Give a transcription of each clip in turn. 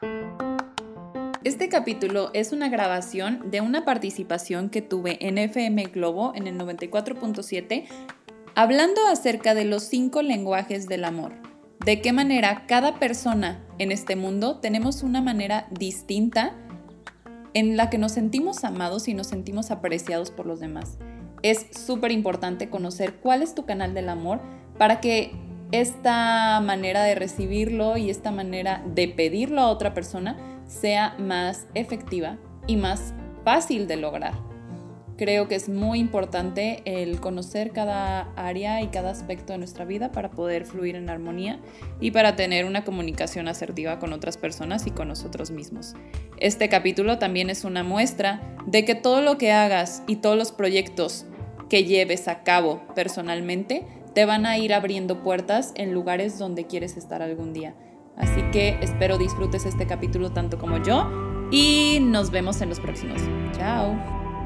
Este capítulo es una grabación de una participación que tuve en FM Globo en el 94.7, hablando acerca de los 5 lenguajes del amor. De qué manera cada persona en este mundo tenemos una manera distinta en la que nos sentimos amados y nos sentimos apreciados por los demás. Es súper importante conocer cuál es tu canal del amor para que esta manera de recibirlo y esta manera de pedirlo a otra persona sea más efectiva y más fácil de lograr. Creo que es muy importante el conocer cada área y cada aspecto de nuestra vida para poder fluir en armonía y para tener una comunicación asertiva con otras personas y con nosotros mismos. Este capítulo también es una muestra de que todo lo que hagas y todos los proyectos que lleves a cabo personalmente te van a ir abriendo puertas en lugares donde quieres estar algún día. Así que espero disfrutes este capítulo tanto como yo y nos vemos en los próximos. Chao.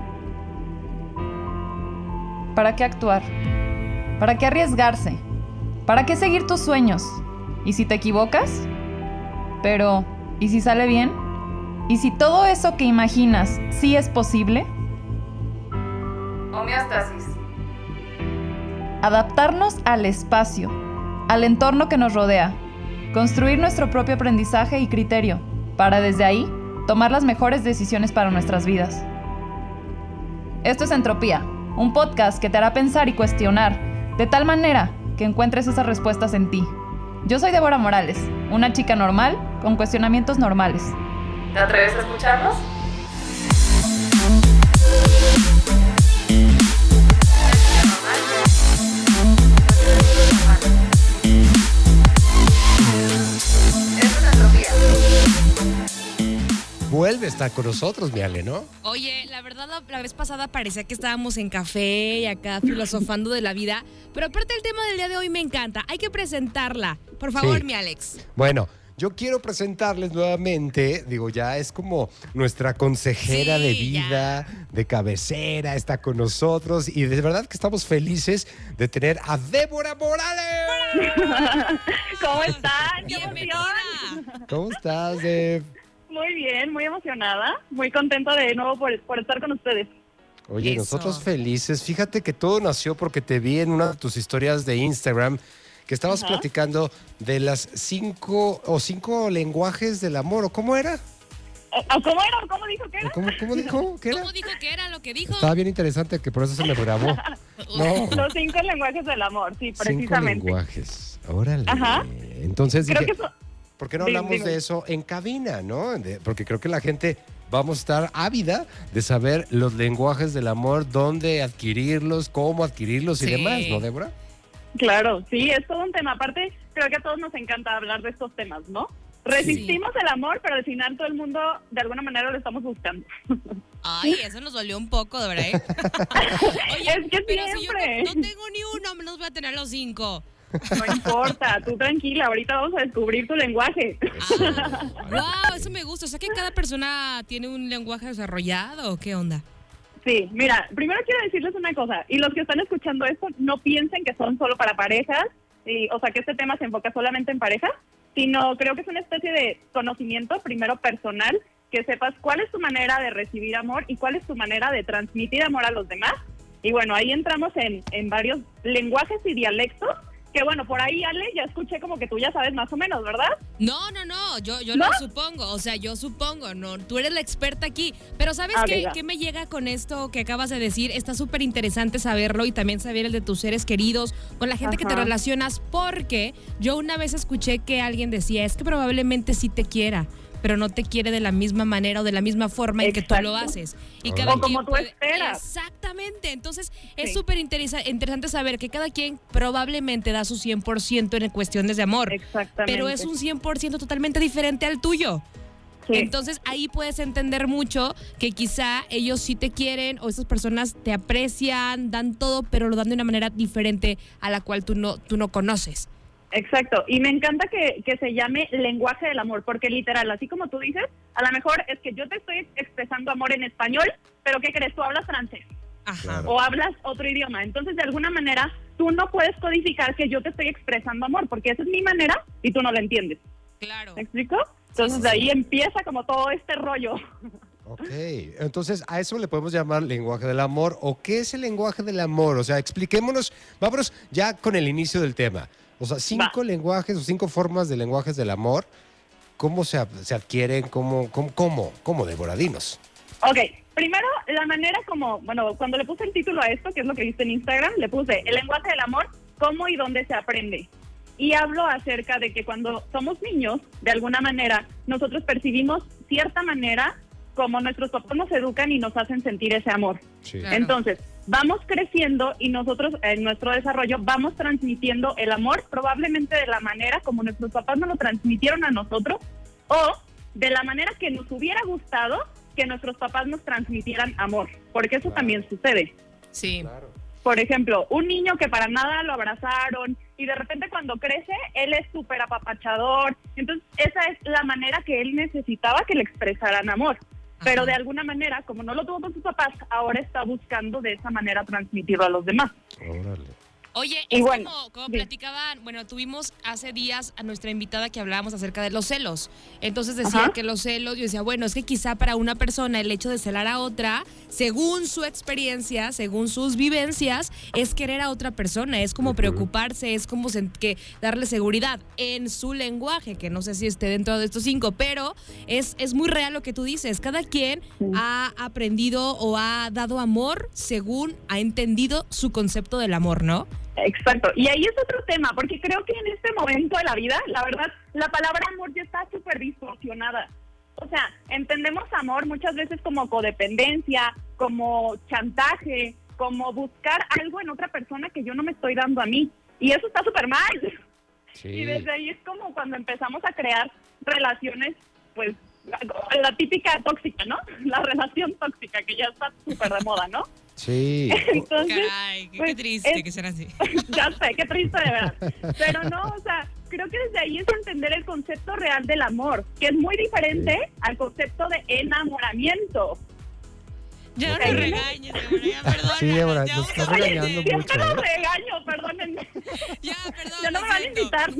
¿Para qué actuar? ¿Para qué arriesgarse? ¿Para qué seguir tus sueños? ¿Y si te equivocas? Pero, ¿y si sale bien? ¿Y si todo eso que imaginas sí es posible? Homeostasis. Adaptarnos al espacio, al entorno que nos rodea. Construir nuestro propio aprendizaje y criterio, para desde ahí tomar las mejores decisiones para nuestras vidas. Esto es Entropía, un podcast que te hará pensar y cuestionar, de tal manera que encuentres esas respuestas en ti. Yo soy Débora Morales, una chica normal con cuestionamientos normales. ¿Te atreves a escucharlos? Vuelve a estar con nosotros, mi Ale, ¿no? Oye, la verdad, la vez pasada parecía que estábamos en café y acá filosofando de la vida, pero aparte el tema del día de hoy me encanta. Hay que presentarla. Por favor, Sí. mi Alex. Bueno, yo quiero presentarles nuevamente, ya es como nuestra consejera Sí, de vida, de cabecera, está con nosotros y de verdad que estamos felices de tener a Débora Morales. ¿Cómo están? ¡Qué Bienvenida. emoción! ¿Cómo estás, Deb? Muy bien, muy emocionada, muy contenta de nuevo por estar con ustedes. Oye, Eso. nosotros felices. Fíjate que todo nació porque te vi en una de tus historias de Instagram que estabas Ajá. platicando de las 5 lenguajes del amor, ¿o cómo era? ¿Cómo era? ¿Cómo dijo que era? ¿Cómo dijo? ¿Qué era? ¿Cómo dijo que era lo que dijo? Estaba bien interesante, que por eso se me grabó. No, Los 5 lenguajes del amor, sí, 5 precisamente. lenguajes. Órale. Ajá. Entonces Creo dije, que eso... ¿por qué no Dime, hablamos dime. de eso en cabina, no? Porque creo que la gente vamos a estar ávida de saber los lenguajes del amor, dónde adquirirlos, cómo adquirirlos y Sí. demás, ¿no, Débora? Claro, sí, es todo un tema. Aparte, creo que a todos nos encanta hablar de estos temas, ¿no? Resistimos el amor, pero al final todo el mundo, de alguna manera, lo estamos buscando. Ay, eso nos dolió un poco, de verdad, ¿eh? Oye, Es que pero si yo siempre. no tengo ni uno, menos voy a tener los 5. No importa, tú tranquila, ahorita vamos a descubrir tu lenguaje. Wow, eso me gusta. O sea que cada persona tiene un lenguaje desarrollado, ¿o qué onda? Sí, mira, primero quiero decirles una cosa, y los que están escuchando esto, no piensen que son solo para parejas, o sea, que este tema se enfoca solamente en parejas, sino creo que es una especie de conocimiento, primero personal, que sepas cuál es tu manera de recibir amor y cuál es tu manera de transmitir amor a los demás. Y bueno, ahí entramos en varios lenguajes y dialectos, que bueno, por ahí, Ale, ya escuché como que tú ya sabes más o menos, ¿verdad? No, yo ¿No? lo supongo, o sea, yo supongo, no, tú eres la experta aquí, pero ¿sabes Ah, qué, venga. qué me llega con esto que acabas de decir? Está súper interesante saberlo y también saber el de tus seres queridos, con la gente que te Ajá. relacionas, porque yo una vez escuché que alguien decía, es que probablemente sí te quiera, pero no te quiere de la misma manera o de la misma forma en que tú lo Exacto. haces. Y O cada como quien tú esperas. Exactamente. Entonces, es Sí. súper interesante saber que cada quien probablemente da su 100% en cuestiones de amor. Exactamente. Pero es un 100% totalmente diferente al tuyo. Sí. Entonces ahí puedes entender mucho que quizá ellos sí te quieren o esas personas te aprecian, dan todo, pero lo dan de una manera diferente a la cual tú no conoces. Exacto, y me encanta que se llame lenguaje del amor, porque literal, así como tú dices, a lo mejor es que yo te estoy expresando amor en español, pero ¿qué crees? Tú hablas francés Ajá. Claro. o hablas otro idioma, entonces de alguna manera tú no puedes codificar que yo te estoy expresando amor, porque esa es mi manera y tú no la entiendes. Claro. ¿Me explico? Entonces de ahí empieza como todo este rollo. Ok, entonces a eso le podemos llamar lenguaje del amor. ¿O qué es el lenguaje del amor? O sea, expliquémonos, vámonos ya con el inicio del tema. O sea, 5 lenguajes o 5 formas de lenguajes del amor. ¿Cómo se adquieren? ¿Cómo, Débora? Dinos. Ok, primero la manera como, bueno, cuando le puse el título a esto, que es lo que viste en Instagram, le puse el lenguaje del amor, cómo y dónde se aprende. Y hablo acerca de que cuando somos niños, de alguna manera, nosotros percibimos cierta manera como nuestros papás nos educan y nos hacen sentir ese amor. Sí. Claro. Entonces, vamos creciendo y nosotros en nuestro desarrollo vamos transmitiendo el amor probablemente de la manera como nuestros papás nos lo transmitieron a nosotros o de la manera que nos hubiera gustado que nuestros papás nos transmitieran amor, porque eso también sucede. Sí. Claro. Por ejemplo, un niño que para nada lo abrazaron y de repente cuando crece, él es súper apapachador. Entonces, esa es la manera que él necesitaba que le expresaran amor. Pero de alguna manera, como no lo tuvo con sus papás, ahora está buscando de esa manera transmitirlo a los demás. Órale. Oye, Y es bueno, como sí. platicaban, bueno, tuvimos hace días a nuestra invitada que hablábamos acerca de los celos. Entonces decía Ajá. que los celos, yo decía, bueno, es que quizá para una persona el hecho de celar a otra, según su experiencia, según sus vivencias, es querer a otra persona, es como preocuparse, es como que darle seguridad en su lenguaje, que no sé si esté dentro de estos 5, pero es muy real lo que tú dices. Cada quien ha aprendido o ha dado amor según ha entendido su concepto del amor, ¿no? Exacto. Y ahí es otro tema, porque creo que en este momento de la vida, la verdad, la palabra amor ya está súper distorsionada. O sea, entendemos amor muchas veces como codependencia, como chantaje, como buscar algo en otra persona que yo no me estoy dando a mí. Y eso está súper mal. Sí. Y desde ahí es como cuando empezamos a crear relaciones, pues, la típica tóxica, ¿no? La relación tóxica, que ya está súper de moda, ¿no? Sí. Entonces, Caray, qué pues, triste es- que sea así. ya sé, qué triste de verdad. Pero no, o sea, creo que desde ahí es entender el concepto real del amor, que es muy diferente al concepto de enamoramiento. Ya no Ok. regañes, Débora, ya perdónanos. Sí, Débora, ya nos vamos estás a- regañando Siempre mucho, los ¿eh? regaño, perdónenme. Ya, perdón. Ya no lo me van a siento. invitar.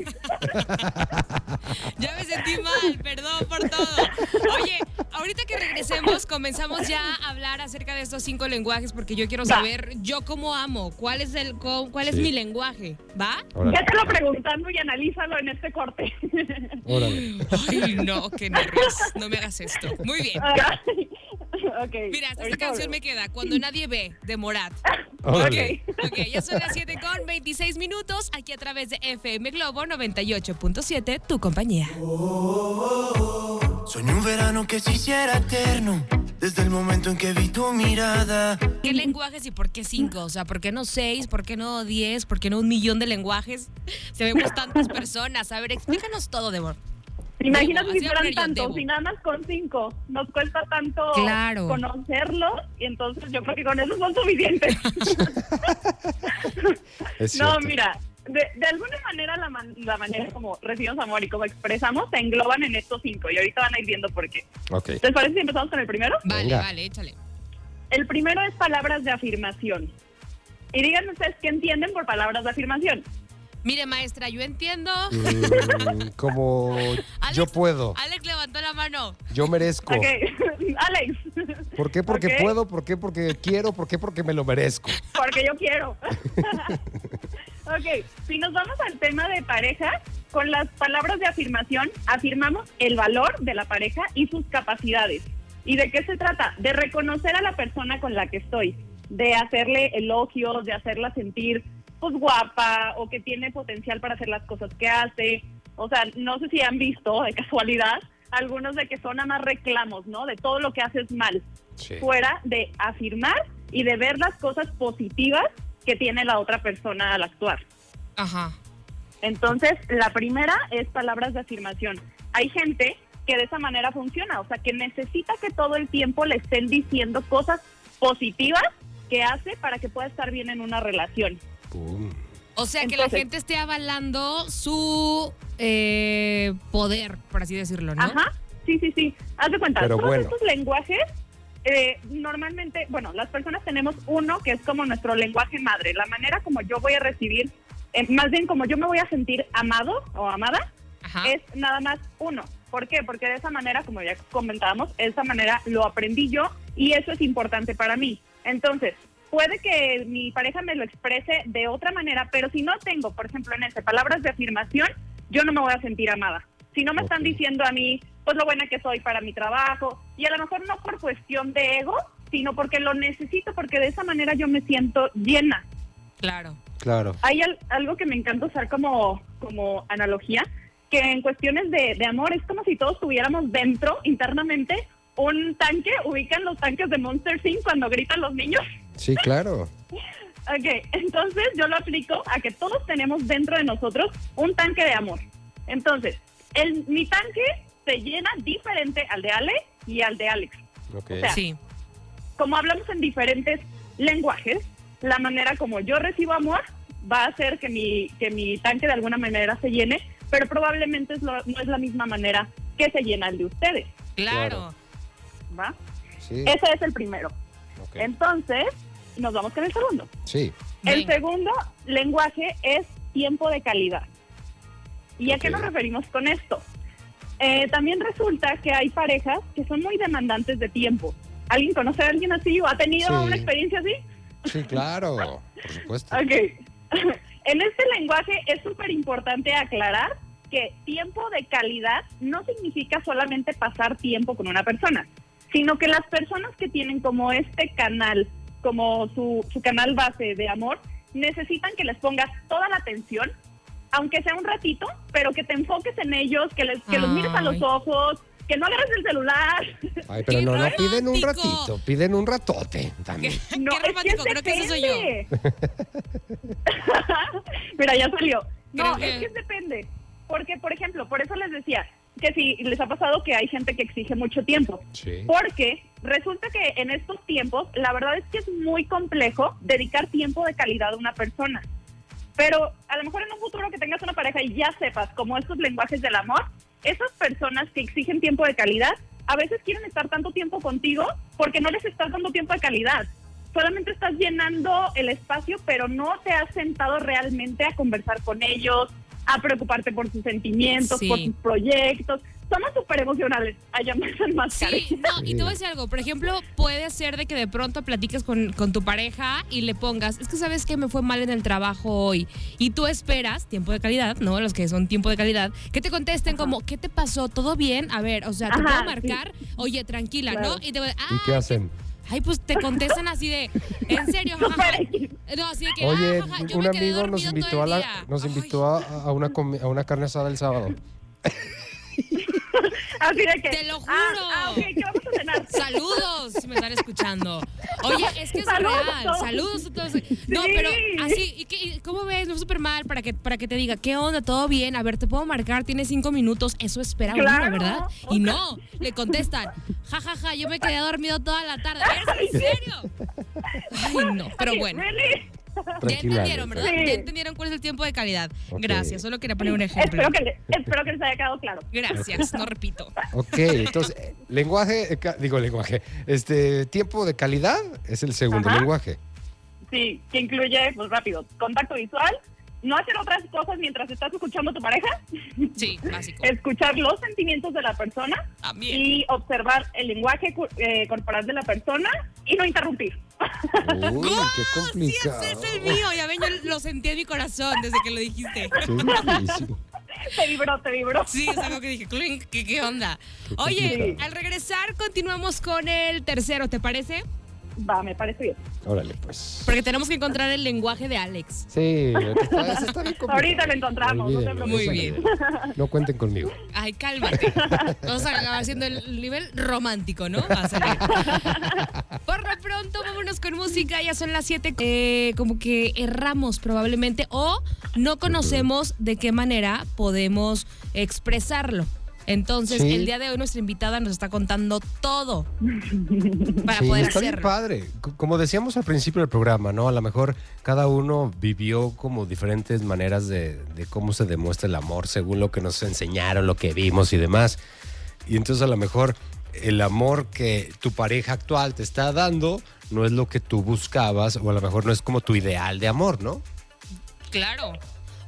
Ya me sentí mal, perdón por todo. Oye, ahorita que regresemos, comenzamos ya a hablar acerca de estos 5 lenguajes, porque yo quiero saber yo cómo amo, cuál es Sí. mi lenguaje, ¿va? Órale. Ya te lo preguntando y analízalo en este corte. Órale. Ay, no, qué nervios. No me hagas esto. Muy bien. Ok. Mira, esta ahorita canción me queda Cuando nadie ve, de Morat. Órale. Ok. Ok, ya son las 7:26, aquí a través de FM Globo 98.7, tu compañía. Soñé un verano que se hiciera eterno, desde el momento en que vi tu mirada. ¿Qué lenguajes y por qué 5? O sea, ¿por qué no 6? ¿Por qué no 10? ¿Por qué no 1,000,000 de lenguajes? Sabemos tantas personas. A ver, explícanos todo, Débora. Imagínate Debo, si así voy a fueran poner yo, tantos, debo. si nada más con 5 nos cuesta tanto Claro. conocerlos, y entonces yo creo que con eso son suficientes. Es No, cierto. mira, de alguna manera la manera como recibimos amor y como expresamos se engloban en estos 5 y ahorita van a ir viendo por qué. Ok. ¿Les parece si empezamos con el primero? Vale, Venga. vale, échale. El primero es palabras de afirmación. Y díganme ustedes qué entienden por palabras de afirmación. Mire, maestra, yo entiendo. Como Alex, yo puedo, Alex levantó la mano. yo merezco. Ok, Alex, ¿Por qué? Porque Ok. puedo, ¿por qué? Porque quiero, ¿por qué? Porque me lo merezco. porque yo quiero. Ok, si nos vamos al tema de pareja, con las palabras de afirmación afirmamos el valor de la pareja y sus capacidades. ¿Y de qué se trata? De reconocer a la persona con la que estoy, de hacerle elogios, de hacerla sentir pues guapa o que tiene potencial para hacer las cosas que hace. O sea, no sé si han visto de casualidad algunos de que son nada más reclamos, ¿no? De todo lo que haces mal, Sí. fuera de afirmar y de ver las cosas positivas que tiene la otra persona al actuar. Ajá. Entonces, la primera es palabras de afirmación. Hay gente que de esa manera funciona, o sea, que necesita que todo el tiempo le estén diciendo cosas positivas que hace para que pueda estar bien en una relación. Pum. O sea, que la Entonces- gente esté avalando su poder, por así decirlo, ¿no? Ajá, sí. Haz de cuenta, Pero todos bueno. estos lenguajes, normalmente, bueno, las personas tenemos uno que es como nuestro lenguaje madre, la manera como yo voy a recibir, más bien como yo me voy a sentir amado o amada, Ajá. es nada más uno. ¿Por qué? Porque de esa manera, como ya comentábamos, de esa manera lo aprendí yo y eso es importante para mí. Entonces, puede que mi pareja me lo exprese de otra manera, pero si no tengo, por ejemplo, en ese palabras de afirmación, yo no me voy a sentir amada. Si no me están diciendo a mí, pues lo buena que soy para mi trabajo, y a lo mejor no por cuestión de ego, sino porque lo necesito, porque de esa manera yo me siento llena. Claro. Claro. Hay algo que me encanta usar como analogía, que en cuestiones de amor es como si todos tuviéramos dentro, internamente, un tanque. ¿Ubican los tanques de Monster Inc. cuando gritan los niños? Sí, claro. Ok, entonces yo lo aplico a que todos tenemos dentro de nosotros un tanque de amor. Entonces, mi tanque se llena diferente al de Ale y al de Alex. Ok. O sea, Sí. como hablamos en diferentes lenguajes, la manera como yo recibo amor va a hacer que mi tanque de alguna manera se llene, pero probablemente no es la misma manera que se llena el de ustedes, Claro. ¿va? Sí. Ese es el primero. Ok. Entonces, nos vamos con el segundo. Sí. El Venga. segundo lenguaje es tiempo de calidad. ¿Y a qué Ok. nos referimos con esto? También resulta que hay parejas que son muy demandantes de tiempo. ¿Alguien conoce a alguien así o ha tenido Sí. una experiencia así? Sí, claro. Por supuesto. Ok. En este lenguaje es súper importante aclarar que tiempo de calidad no significa solamente pasar tiempo con una persona, sino que las personas que tienen como este canal, como su canal base de amor, necesitan que les pongas toda la atención, aunque sea un ratito, pero que te enfoques en ellos, que los mires a los Ay. ojos, que no agarres el celular. Ay, pero ¡Qué no piden un romántico! ratito, piden un ratote también. No, Qué romántico, creo que eso soy yo. depende. Mira, ya salió. No, Creo es que- que depende. Porque, por ejemplo, por eso les decía que si les ha pasado que hay gente que exige mucho tiempo. Sí. Porque resulta que en estos tiempos, la verdad es que es muy complejo dedicar tiempo de calidad a una persona. Pero a lo mejor en un futuro que tengas una pareja y ya sepas como estos lenguajes del amor, esas personas que exigen tiempo de calidad, a veces quieren estar tanto tiempo contigo porque no les estás dando tiempo de calidad. Solamente estás llenando el espacio, pero no te has sentado realmente a conversar con ellos, a preocuparte por sus sentimientos, Sí. por sus proyectos. Somos súper emocionales, allá me hacen más Sí, no, y te voy a decir algo. Por ejemplo, puede ser de que de pronto platiques con tu pareja y le pongas, es que sabes que me fue mal en el trabajo hoy. Y tú esperas, tiempo de calidad, ¿no? Los que son tiempo de calidad, que te contesten como, ¿qué te pasó? ¿Todo bien? A ver, o sea, ¿te Ajá, puedo sí. marcar? Oye, tranquila, Claro. ¿no? Y te voy ¿Y qué hacen? Ay, pues te contestan así de, ¿en serio? Súper Jaja. X. No, así de que, Oye, jaja, yo un me quedé amigo nos dormido invitó todo a el la, día. nos Ay, invitó a una carne asada el sábado. Así de que... Te lo juro. Ok, ¿qué vamos a cenar? Saludos, si me están escuchando. Oye, es que es Saludos a real. todos. Saludos a todos. No, Sí. pero así, ¿y cómo ves? No, súper mal para que te diga, ¿qué onda? ¿Todo bien? A ver, te puedo marcar, tienes 5 minutos. Eso espera Claro. uno, ¿verdad? Y no, le contestan, jajaja, yo me quedé dormido toda la tarde. ¿Es en serio? Ay, no, pero Ok, bueno. really. Ya Tranquila, entendieron, ¿verdad? Sí. Ya entendieron cuál es el tiempo de calidad. Ok. Gracias, solo quería poner un ejemplo. Espero que les haya quedado claro. Gracias, no repito. Ok, entonces, lenguaje, tiempo de calidad es el segundo Ajá. lenguaje. Sí, que incluye, pues rápido, contacto visual, no hacer otras cosas mientras estás escuchando a tu pareja, Sí, básico. escuchar los sentimientos de la persona También. y observar el lenguaje corporal de la persona y no interrumpir. Uy, qué Sí, complicado. ese es el mío. Ya ven, yo lo sentí en mi corazón desde que lo dijiste. Qué difícil. Te vibró. Sí, es algo que dije, clink, ¿qué onda? Oye, complicado. al regresar continuamos con el tercero, ¿te parece? Va, me parece bien. Órale, pues. Porque tenemos que encontrar el lenguaje de Alex. Sí, está bien complicado. Ahorita lo encontramos, no te Olvídenlo, preocupes. eso Muy bien. no. No cuenten conmigo. Ay, cálmate. Vamos a acabar haciendo el nivel romántico, ¿no? Va a salir. Por lo pronto, vámonos con música. Ya son las 7. Como que erramos probablemente o no conocemos de qué manera podemos expresarlo. Entonces, Sí. el día de hoy nuestra invitada nos está contando todo para Sí, poder está bien hacerlo. padre. Como decíamos al principio del programa, ¿no? A lo mejor cada uno vivió como diferentes maneras de cómo se demuestra el amor según lo que nos enseñaron, lo que vimos y demás. Y entonces a lo mejor el amor que tu pareja actual te está dando no es lo que tú buscabas o a lo mejor no es como tu ideal de amor, ¿no? Claro.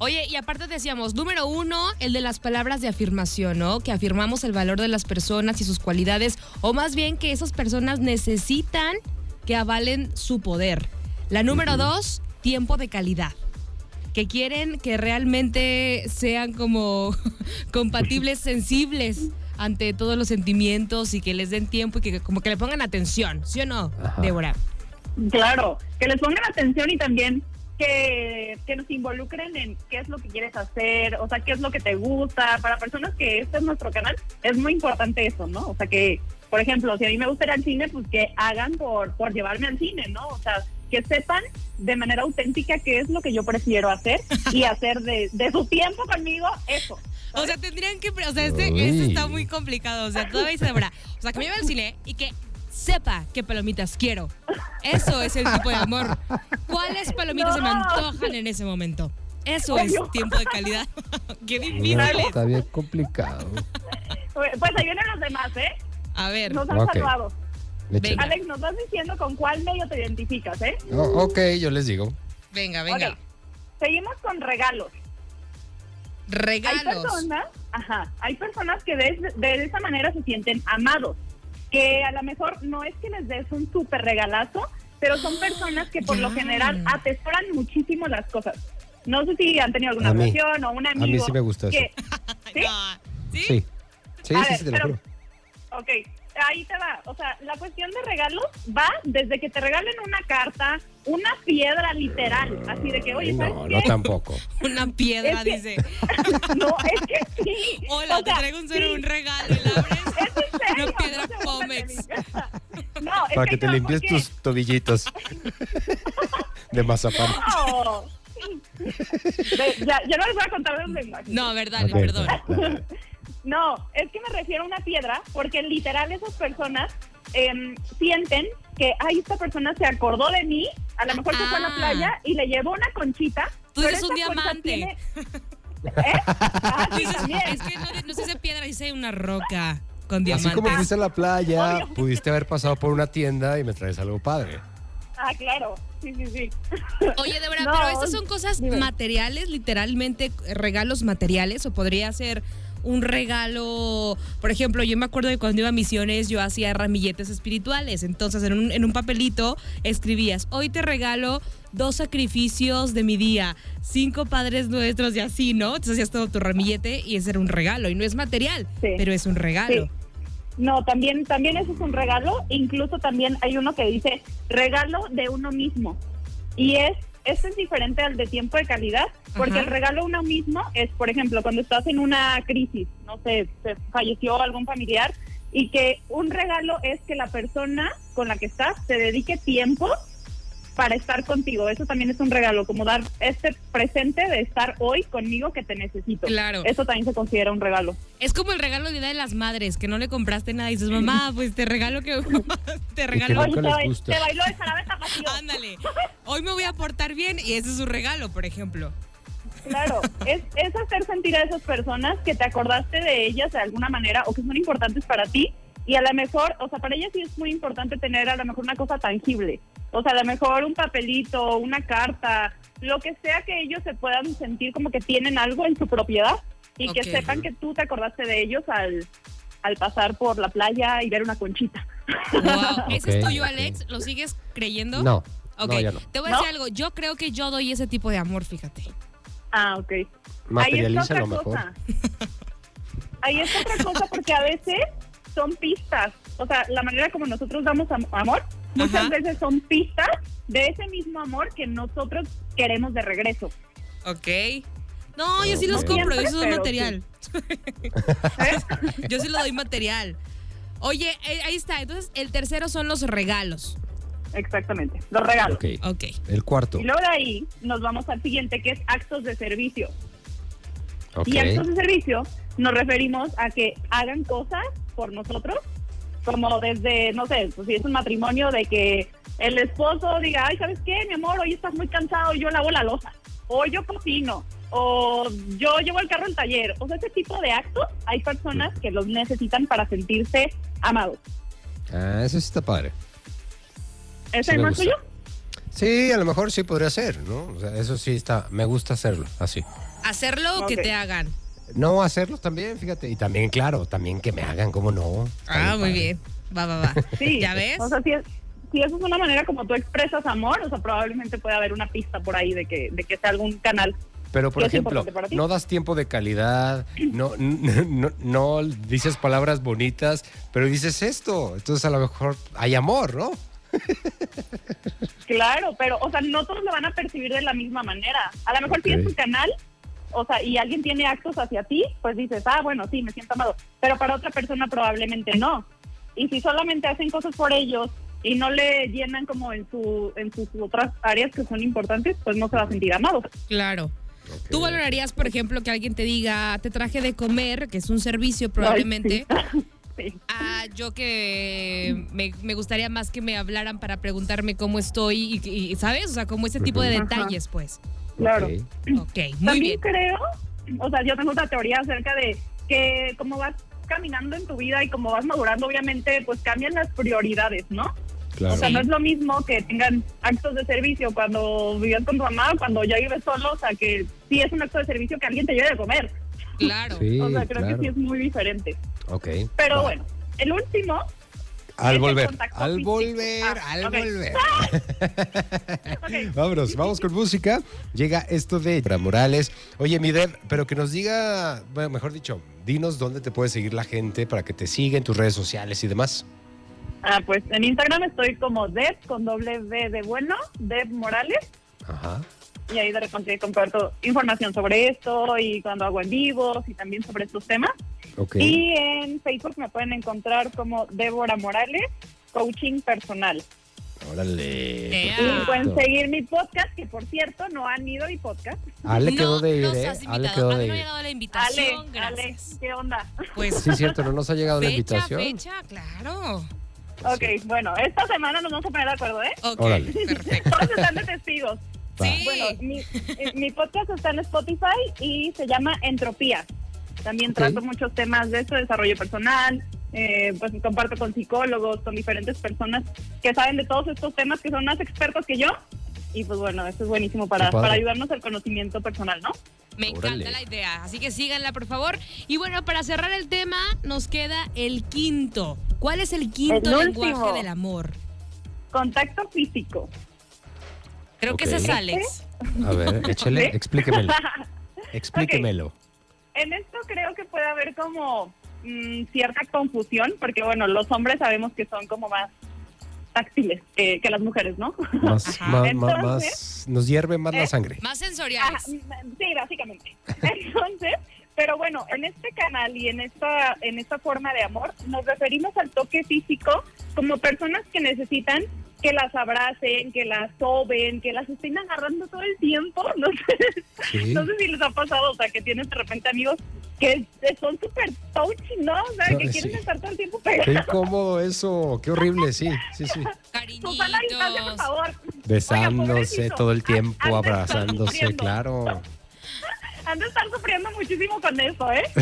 Oye, y aparte decíamos, número 1, el de las palabras de afirmación, ¿no? Que afirmamos el valor de las personas y sus cualidades, o más bien que esas personas necesitan que avalen su poder. La número 2, tiempo de calidad. Que quieren que realmente sean como compatibles, sensibles ante todos los sentimientos y que les den tiempo y que como que le pongan atención, ¿sí o no, Débora? Claro, que les pongan atención y también que nos involucren en qué es lo que quieres hacer, o sea, qué es lo que te gusta. Para personas que este es nuestro canal, es muy importante eso, ¿no? O sea, que, por ejemplo, si a mí me gusta ir al cine, pues que hagan por llevarme al cine, ¿no? O sea, que sepan de manera auténtica qué es lo que yo prefiero hacer y hacer de su tiempo conmigo eso. O sea, tendrían que... O sea, este está muy complicado. O sea, todavía dice Débora. O sea, que me lleve al cine y que sepa qué palomitas quiero. Eso es el tipo de amor. ¿Cuáles palomitas se me antojan en ese momento? Eso es tiempo de calidad. Qué difícil. Está bien complicado. Pues ahí vienen los demás, ¿eh? A ver. Nos han salvado. Échale. Alex, nos vas diciendo con cuál medio te identificas, ¿eh? Ok, yo les digo. Venga. Okay. Seguimos con regalos. Regalos. Hay personas que de esa manera se sienten amados. Que a lo mejor no es que les des un súper regalazo, pero son personas que por lo general atesoran muchísimo las cosas. No sé si han tenido alguna relación o un amigo. A mí sí me gusta eso. ¿Sí? Sí. Sí, te lo juro. Ok, ahí te va. O sea, la cuestión de regalos va desde que te regalen una carta, una piedra literal. Así de que, oye, ¿sabes qué? No, tampoco. Una piedra, dice. No, es que sí. Hola, te traigo un regalo y la abres. ¿Es en serio? Una piedra No se Pómex. No, es Para que te no, limpies porque... tus tobillitos de mazapán. No. Ya no les voy a contar de dónde imagen. No, verdad, Ok, perdón. claro. No, es que me refiero a una piedra porque literal esas personas sienten que, esta persona se acordó de mí, a lo mejor se fue a la playa y le llevó una conchita. Tú pero eres un esa concha diamante. tiene- Sí, Dices, también. es que no se dice piedra, dice una roca con Así diamantes. como fuiste a la playa, Obvio. pudiste haber pasado por una tienda y me traes algo padre. Claro. Sí. Oye, Débora, No, pero estas son cosas dime. materiales, literalmente regalos materiales, o podría ser un regalo, por ejemplo, yo me acuerdo de cuando iba a misiones, yo hacía ramilletes espirituales, entonces en un papelito escribías, hoy te regalo 2 sacrificios de mi día, 5 padres nuestros y así, ¿no? Entonces hacías todo tu ramillete y ese era un regalo, y no es material, Sí. pero es un regalo. Sí. No, también eso es un regalo. Incluso también hay uno que dice regalo de uno mismo. Y este es diferente al de tiempo de calidad, porque Ajá. el regalo a uno mismo es, por ejemplo, cuando estás en una crisis, no sé, se falleció algún familiar, y que un regalo es que la persona con la que estás te dedique tiempo para estar contigo. Eso también es un regalo, como dar este presente de estar hoy conmigo que te necesito. Claro. Eso también se considera un regalo. Es como el regalo de Día de las Madres, que no le compraste nada y dices, mamá, pues te regalo que... te que regalo... nunca les gusta. Te bailó de jarabe tapatío. Ándale, hoy me voy a portar bien y ese es un regalo, por ejemplo. Claro, es hacer sentir a esas personas que te acordaste de ellas de alguna manera o que son importantes para ti, y a lo mejor, o sea, para ellas sí es muy importante tener a lo mejor una cosa tangible, o sea, a lo mejor un papelito, una carta, lo que sea, que ellos se puedan sentir como que tienen algo en su propiedad y que Ok. sepan que tú te acordaste de ellos al pasar por la playa y ver una conchita. Wow. ¿Ese es Ok, tuyo, ok. Alex? ¿Lo sigues creyendo? No, Ok, no, ya no. te voy a decir ¿No? algo. Yo creo que yo doy ese tipo de amor, fíjate. Ok. Materializa Ahí lo está mejor. otra cosa. Ahí está otra cosa, porque a veces son pistas. O sea, la manera como nosotros damos amor, muchas Ajá. veces son pistas de ese mismo amor que nosotros queremos de regreso. Ok. No, yo sí los Ok. compro, yo sí doy Pero material. Yo sí lo doy material. Oye, ahí está. Entonces, el tercero son los regalos. Exactamente, los regalos. Ok. Ok. El cuarto. Y luego de ahí nos vamos al siguiente, que es actos de servicio. Ok. Y actos de servicio nos referimos a que hagan cosas por nosotros, como desde, no sé, pues si es un matrimonio, de que el esposo diga, ay, ¿sabes qué, mi amor? Hoy estás muy cansado, yo lavo la loza, o yo cocino, o yo llevo el carro al taller. O sea, ese tipo de actos hay personas que los necesitan para sentirse amados. Eso sí está padre. ¿Ese Sí me no es gusta. tuyo? Sí, a lo mejor sí podría ser, ¿no? O sea, eso sí está, me gusta hacerlo, así. ¿Hacerlo o que Ok. te hagan? No, hacerlos también, fíjate. Y también, claro, también que me hagan, ¿cómo no? Está Muy padre. bien. Va. Sí. ¿Ya ves? O sea, si eso es una manera como tú expresas amor, o sea, probablemente puede haber una pista por ahí de que sea algún canal. Pero, por ¿Qué es ejemplo, importante para ti? no das tiempo de calidad, no dices palabras bonitas, pero dices esto. Entonces, a lo mejor hay amor, ¿no? Claro, pero, o sea, no todos lo van a percibir de la misma manera. A lo mejor si Ok. es tu canal, o sea, y alguien tiene actos hacia ti, pues dices, bueno, sí, me siento amado. Pero para otra persona probablemente no. Y si solamente hacen cosas por ellos y no le llenan como en sus otras áreas que son importantes, pues no se va a sentir amado. Claro. Ok. ¿Tú valorarías, por ejemplo, que alguien te diga, te traje de comer, que es un servicio probablemente? Sí. Yo que me gustaría más que me hablaran para preguntarme cómo estoy y ¿sabes? O sea, como ese tipo de Ajá. detalles, pues. Claro. Ok. Ok, muy También bien. creo, o sea, yo tengo otra teoría acerca de que como vas caminando en tu vida y como vas madurando, obviamente, pues cambian las prioridades, ¿no? Claro. O sea, Sí. no es lo mismo que tengan actos de servicio cuando vivías con tu mamá, cuando ya vives solo, o sea, que sí es un acto de servicio que alguien te lleve de comer. Claro. Sí, O sea, creo claro. que sí es muy diferente. Ok. Pero Va. bueno, el último, Al ese volver, contacto al físico. volver, al ok. volver. Ok. Vamos con música. Llega esto de Débora Morales. Oye, mi Deb, pero que nos diga, bueno, mejor dicho, dinos dónde te puede seguir la gente para que te siga en tus redes sociales y demás. Pues en Instagram estoy como Deb, con doble V de bueno, Deb Morales. Ajá. Y ahí de repente comparto información sobre esto y cuando hago en vivos y también sobre estos temas. Ok. Y en Facebook me pueden encontrar como Débora Morales, coaching personal. Órale. Ea. Y pueden seguir mi podcast, que por cierto no han ido a mi podcast. Ale quedó de ir, nos ¿eh? has Ale invitado. quedó A mí de no ha ir. llegado la invitación, Ale, gracias. ¿qué onda? Pues Sí, es cierto, no nos ha llegado la invitación. fecha, claro. Ok, bueno, esta semana nos vamos a poner de acuerdo, ¿eh? Ok, Órale. perfecto. Todos están de testigos. Va. Sí. Bueno, mi podcast está en Spotify y se llama Entropía. También Ok. trato muchos temas de esto, desarrollo personal, pues comparto con psicólogos, con diferentes personas que saben de todos estos temas, que son más expertos que yo. Y pues bueno, esto es buenísimo Qué padre. para ayudarnos al conocimiento personal, ¿no? Me encanta Órale. la idea, así que síganla, por favor. Y bueno, para cerrar el tema, nos queda el quinto. ¿Cuál es el quinto El lenguaje último. del amor? Contacto físico. Creo que Ok. ese es Alex. A ver, échale, ¿Sí? explíquemelo. Explíquemelo. En esto creo que puede haber como cierta confusión, porque bueno, los hombres sabemos que son como más táctiles que las mujeres, ¿no? Más, Ajá. más, Entonces- más, nos hierve más la sangre. Más Ajá, sensoriales. sí, básicamente. Entonces, pero bueno, en este canal y en esta forma de amor nos referimos al toque físico como personas que necesitan que las abracen, que las soben, que las estén agarrando todo el tiempo. No sé, Sí. no sé si les ha pasado, o sea, que tienen de repente amigos que son súper touchy, ¿no? O sea, que Sí. quieren estar todo el tiempo Qué pegados. incómodo eso, qué horrible, sí, sí, sí. Susana Distancia, por Cariñitos. favor. Besándose pobrecito. todo el tiempo, Han de estar abrazándose, sufriendo. claro. Han de estar sufriendo muchísimo con eso, ¿eh?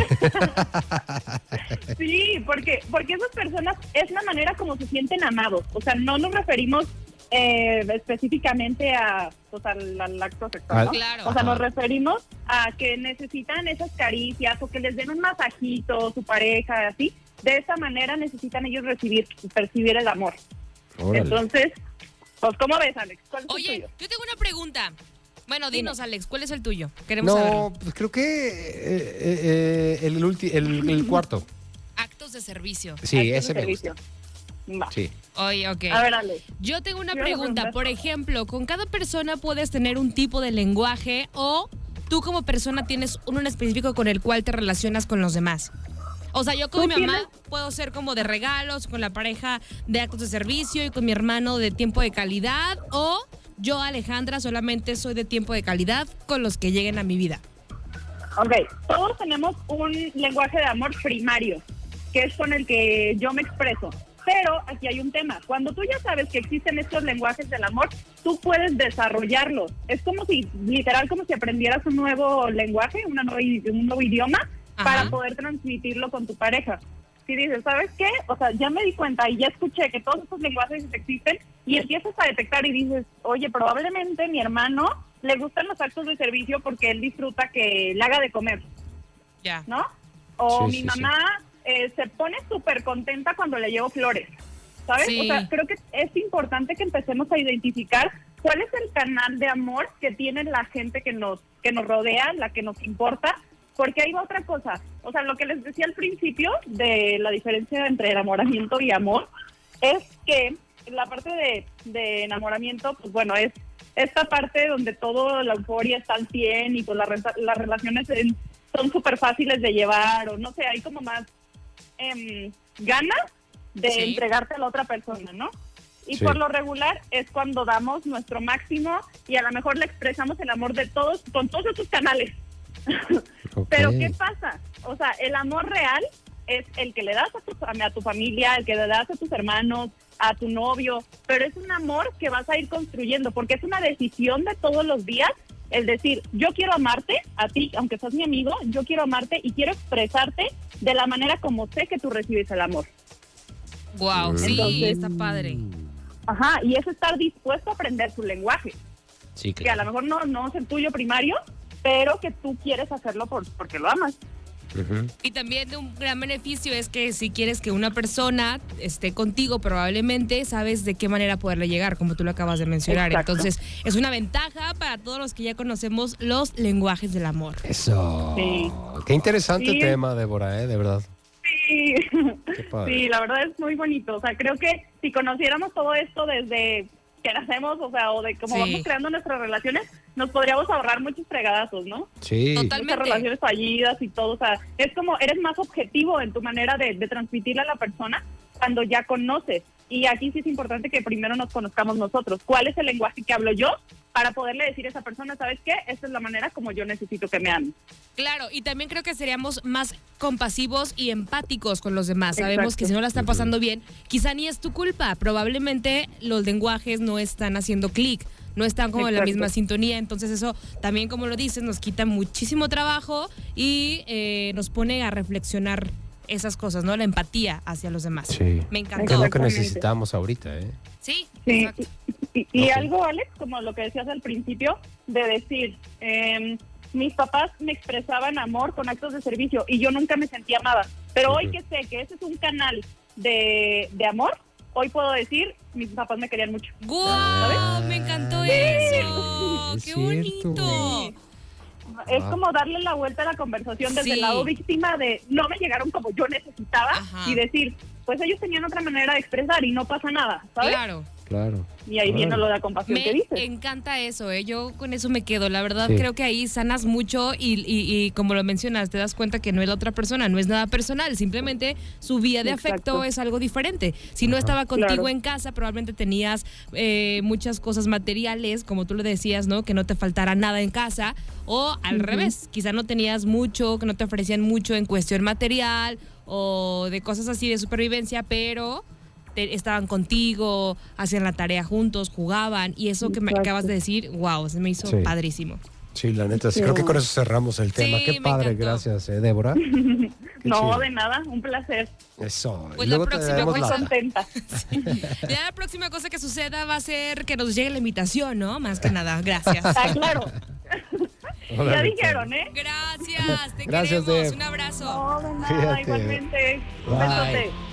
Sí, porque esas personas es la manera como se sienten amados. O sea, no nos referimos específicamente pues, al acto sexual, ¿no? Claro. O sea, Ajá. nos referimos a que necesitan esas caricias o que les den un masajito, su pareja, así. De esa manera necesitan ellos percibir el amor. Órale. Entonces, pues, ¿cómo ves, Alex? ¿Cuál es el Oye, tuyo? yo tengo una pregunta. Bueno, dinos, Dime. Alex, ¿cuál es el tuyo? Queremos No, saberlo. pues creo que el cuarto. Actos de servicio. Sí, Actos de ese me servicio. gusta. Va. Sí. Oye, ok. A ver, Alex. Yo tengo una Yo voy a pregunta. preguntar. Por ejemplo, con cada persona puedes tener un tipo de lenguaje o tú como persona tienes uno en específico con el cual te relacionas con los demás. O sea, yo con ¿Tú mi mamá tienes? puedo ser como de regalos, con la pareja de actos de servicio y con mi hermano de tiempo de calidad. O yo, Alejandra, solamente soy de tiempo de calidad con los que lleguen a mi vida. Ok, todos tenemos un lenguaje de amor primario, que es con el que yo me expreso. Pero aquí hay un tema. Cuando tú ya sabes que existen estos lenguajes del amor, tú puedes desarrollarlos. Es como si, literal, como si aprendieras un nuevo lenguaje, un nuevo idioma, Ajá. para poder transmitirlo con tu pareja. Si dices, ¿sabes qué? O sea, ya me di cuenta y ya escuché que todos estos lenguajes existen y empiezas a detectar y dices, oye, probablemente mi hermano le gustan los actos de servicio porque él disfruta que le haga de comer, Ya. ¿no? O Sí, mi sí, mamá se pone súper contenta cuando le llevo flores, ¿sabes? Sí. O sea, creo que es importante que empecemos a identificar cuál es el canal de amor que tiene la gente que nos rodea, la que nos importa, porque ahí va otra cosa. O sea, lo que les decía al principio de la diferencia entre enamoramiento y amor es que la parte de enamoramiento, pues bueno, es esta parte donde toda la euforia está al 100 y pues las relaciones son súper fáciles de llevar, o no sé, hay como más ganas de Sí. entregarte a la otra persona, ¿no? Y Sí. por lo regular es cuando damos nuestro máximo y a lo mejor le expresamos el amor de todos, con todos esos canales. Ok. Pero ¿qué pasa? O sea, el amor real es el que le das a tu familia, el que le das a tus hermanos, a tu novio, pero es un amor que vas a ir construyendo, porque es una decisión de todos los días, el decir, yo quiero amarte, a ti, aunque seas mi amigo, yo quiero amarte y quiero expresarte de la manera como sé que tú recibes el amor. Wow, sí, Entonces- está padre. Ajá, y es estar dispuesto a aprender su lenguaje, Sí, que a lo mejor no es el tuyo primario, pero que tú quieres hacerlo porque lo amas. Ujú. Y también de un gran beneficio es que si quieres que una persona esté contigo, probablemente sabes de qué manera poderle llegar, como tú lo acabas de mencionar. Exacto. Entonces, es una ventaja para todos los que ya conocemos los lenguajes del amor. Eso. Sí. Qué interesante Sí. tema, Débora, de verdad. Sí. Qué padre. Sí, la verdad es muy bonito. O sea, creo que si conociéramos todo esto desde que nacemos, o sea, o de cómo Sí. vamos creando nuestras relaciones, nos podríamos ahorrar muchos fregadazos, ¿no? Sí. Total. Muchas relaciones fallidas y todo. O sea, es como eres más objetivo en tu manera de transmitirle a la persona cuando ya conoces. Y aquí sí es importante que primero nos conozcamos nosotros. ¿Cuál es el lenguaje que hablo yo? Para poderle decir a esa persona, ¿sabes qué? Esta es la manera como yo necesito que me amen. Claro, y también creo que seríamos más compasivos y empáticos con los demás. Sabemos Exacto. que si no la están pasando bien, quizá ni es tu culpa. Probablemente los lenguajes no están haciendo clic, no están como en la Exacto. misma sintonía. Entonces eso también, como lo dices, nos quita muchísimo trabajo y nos pone a reflexionar esas cosas, ¿no? La empatía hacia los demás. Sí. Me Que es encantó. lo que Exactamente. necesitamos ahorita, ¿eh? Sí, Sí, exacto. y Ok. algo, Alex, como lo que decías al principio, de decir, mis papás me expresaban amor con actos de servicio y yo nunca me sentía amada. Pero hoy Ujú. que sé que ese es un canal de amor, hoy puedo decir, mis papás me querían mucho. ¡Guau! Me encantó eso. Es ¡Qué cierto. bonito! Es Wow. como darle la vuelta a la conversación desde Sí. el lado víctima de no me llegaron como yo necesitaba Ajá. y decir, pues ellos tenían otra manera de expresar y no pasa nada, ¿sabes? Claro. Claro. Y ahí viene Órale. lo de la compasión que Me dices. encanta eso, ¿eh? Yo con eso me quedo. La verdad, Sí. creo que ahí sanas mucho y como lo mencionas, te das cuenta que no es la otra persona, no es nada personal. Simplemente su vía de afecto Exacto. es algo diferente. Si no estaba contigo Claro. en casa, probablemente tenías muchas cosas materiales, como tú lo decías, ¿no? Que no te faltara nada en casa. O al revés, quizá no tenías mucho, que no te ofrecían mucho en cuestión material o de cosas así de supervivencia, pero estaban contigo, hacían la tarea juntos, jugaban, y eso que me Exacto. acabas de decir, wow, se me hizo Sí. padrísimo. Sí, la neta, sí. Qué Creo que con bueno. eso cerramos el tema. Sí, Qué me padre, encantó. gracias, Débora. Qué No, chido. de nada, un placer. Eso. Pues Y la luego te próxima daremos Muy cosa- contenta. Ya la próxima cosa que suceda va a ser que nos llegue la invitación, ¿no? Más que nada, gracias. Ah, claro. Ya Órale, dijeron, ¿eh? Gracias, te Gracias, queremos. Deb. Un abrazo. No, de nada, Cuídate. igualmente. Un Bye. besote.